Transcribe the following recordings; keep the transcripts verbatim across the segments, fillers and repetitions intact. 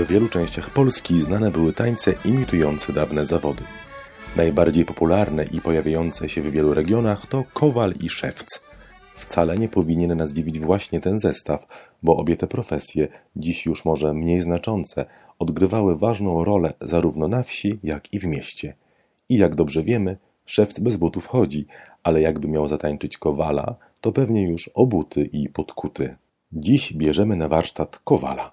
W wielu częściach Polski znane były tańce imitujące dawne zawody. Najbardziej popularne i pojawiające się w wielu regionach to kowal i szewc. Wcale nie powinien nas dziwić właśnie ten zestaw, bo obie te profesje, dziś już może mniej znaczące, odgrywały ważną rolę zarówno na wsi, jak i w mieście. I jak dobrze wiemy, szewc bez butów chodzi, ale jakby miał zatańczyć kowala, to pewnie już obuty i podkuty. Dziś bierzemy na warsztat kowala.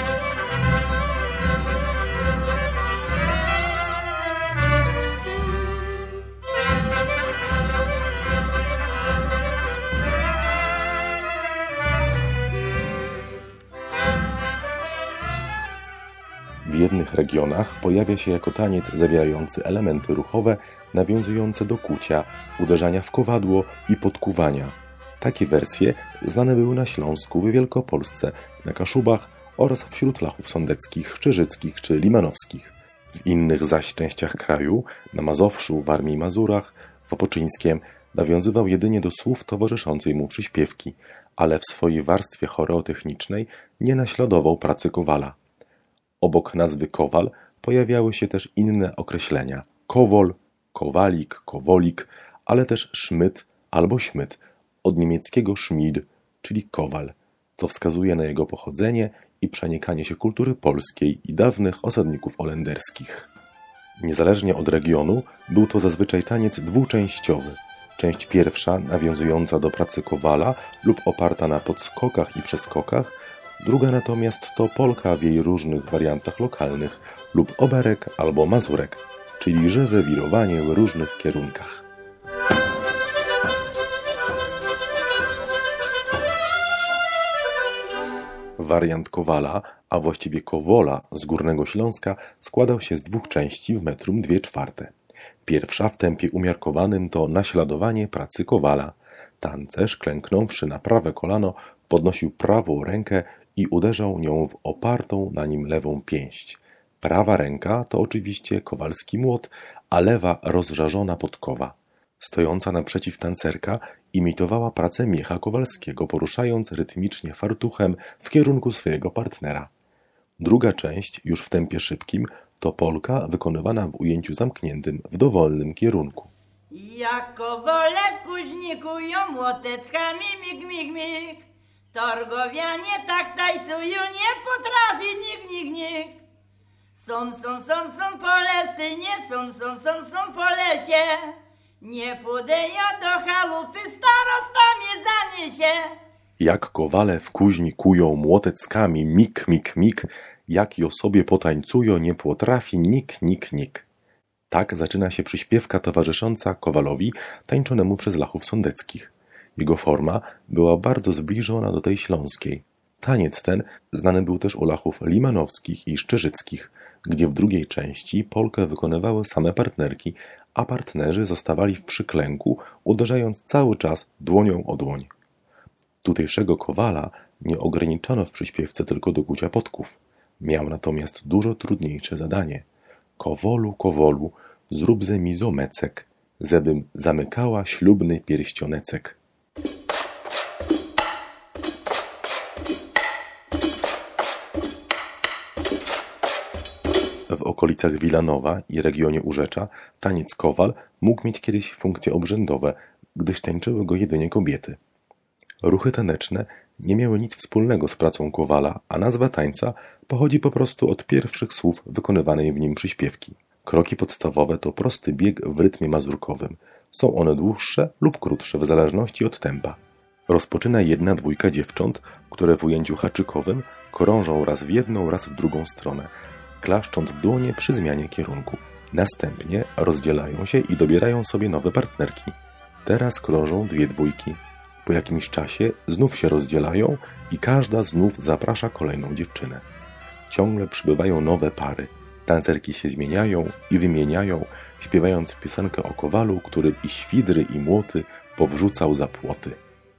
W jednych regionach pojawia się jako taniec zawierający elementy ruchowe nawiązujące do kucia, uderzania w kowadło i podkuwania. Takie wersje znane były na Śląsku, w Wielkopolsce, na Kaszubach oraz wśród Lachów Sądeckich, Czyżyckich czy Limanowskich. W innych zaś częściach kraju, na Mazowszu, Warmii i Mazurach, w Opoczyńskiem, nawiązywał jedynie do słów towarzyszącej mu przyśpiewki, ale w swojej warstwie choreotechnicznej nie naśladował pracy kowala. Obok nazwy kowal pojawiały się też inne określenia: kowol, kowalik, kowolik, ale też szmyt albo śmyt, od niemieckiego schmied, czyli kowal, co wskazuje na jego pochodzenie i przenikanie się kultury polskiej i dawnych osadników holenderskich. Niezależnie od regionu był to zazwyczaj taniec dwuczęściowy. Część pierwsza nawiązująca do pracy kowala lub oparta na podskokach i przeskokach, druga natomiast to polka w jej różnych wariantach lokalnych lub oberek albo mazurek, czyli żywe wirowanie w różnych kierunkach. Wariant kowala, a właściwie kowola z Górnego Śląska składał się z dwóch części w metrum dwie czwarte. Pierwsza w tempie umiarkowanym to naśladowanie pracy kowala. Tancerz, klęknąwszy na prawe kolano, podnosił prawą rękę i uderzał nią w opartą na nim lewą pięść. Prawa ręka to oczywiście kowalski młot, a lewa rozżarzona podkowa. Stojąca naprzeciw tancerka imitowała pracę miecha kowalskiego, poruszając rytmicznie fartuchem w kierunku swojego partnera. Druga część, już w tempie szybkim, to polka wykonywana w ujęciu zamkniętym w dowolnym kierunku. Jak kowale w kuźniku ją młoteckami mig, mig, mig. Torgowianie tak tańcują, nie potrafi nig, nig, nig. Są, są, są, są po lesynie, są, są, są, są po lesie. Nie pójdę ja do chałupy, starosta mnie zaniesie. Jak kowale w kuźni kują młoteckami mig, mig, mig, jak ją sobie potańcują, nie potrafi nik, nik, nik. Tak zaczyna się przyśpiewka towarzysząca kowalowi tańczonemu przez Lachów Sądeckich. Jego forma była bardzo zbliżona do tej śląskiej. Taniec ten znany był też u Lachów limanowskich i szczyżyckich, gdzie w drugiej części polkę wykonywały same partnerki, a partnerzy zostawali w przyklęku, uderzając cały czas dłonią o dłoń. Tutejszego kowala nie ograniczano w przyśpiewce tylko do kucia podków. Miał natomiast dużo trudniejsze zadanie. Kowolu, kowolu, zrób ze mi zomecek, zebym zamykała ślubny pierścionecek. W okolicach Wilanowa i regionie Urzecza taniec kowal mógł mieć kiedyś funkcje obrzędowe, gdyż tańczyły go jedynie kobiety. Ruchy taneczne nie miały nic wspólnego z pracą kowala, a nazwa tańca pochodzi po prostu od pierwszych słów wykonywanej w nim przyśpiewki. Kroki podstawowe to prosty bieg w rytmie mazurkowym. Są one dłuższe lub krótsze w zależności od tempa. Rozpoczyna jedna dwójka dziewcząt, które w ujęciu haczykowym krążą raz w jedną, raz w drugą stronę, klaszcząc w dłonie przy zmianie kierunku. Następnie rozdzielają się i dobierają sobie nowe partnerki. Teraz krążą dwie dwójki. Po jakimś czasie znów się rozdzielają i każda znów zaprasza kolejną dziewczynę. Ciągle przybywają nowe pary. Tancerki się zmieniają i wymieniają, śpiewając piosenkę o kowalu, który i świdry, i młoty powrzucał za płoty.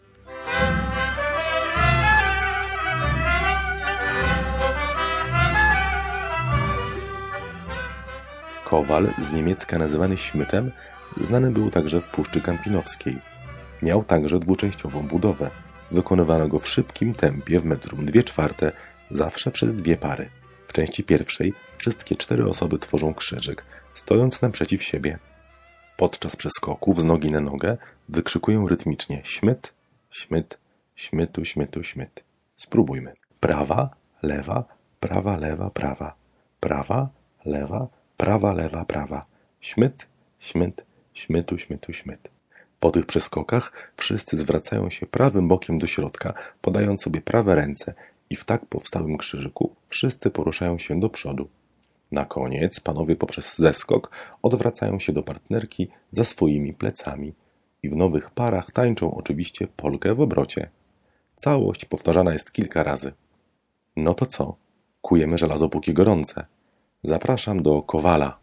Kowal, z niemiecka nazywany śmytem, znany był także w Puszczy Kampinowskiej. Miał także dwuczęściową budowę. Wykonywano go w szybkim tempie w metrum dwie czwarte, zawsze przez dwie pary. W części pierwszej wszystkie cztery osoby tworzą krzyżyk, stojąc naprzeciw siebie. Podczas przeskoków z nogi na nogę wykrzykują rytmicznie śmyt, śmyt, śmytu, śmytu, śmyt. Spróbujmy. Prawa, lewa, prawa, lewa, prawa. Prawa, lewa, prawa, lewa, prawa. Śmyt, śmyt, śmytu, śmytu, śmyt. Po tych przeskokach wszyscy zwracają się prawym bokiem do środka, podając sobie prawe ręce i w tak powstałym krzyżyku wszyscy poruszają się do przodu. Na koniec panowie poprzez zeskok odwracają się do partnerki za swoimi plecami i w nowych parach tańczą oczywiście polkę w obrocie. Całość powtarzana jest kilka razy. No to co? Kujemy żelazo póki gorące. Zapraszam do Kowala.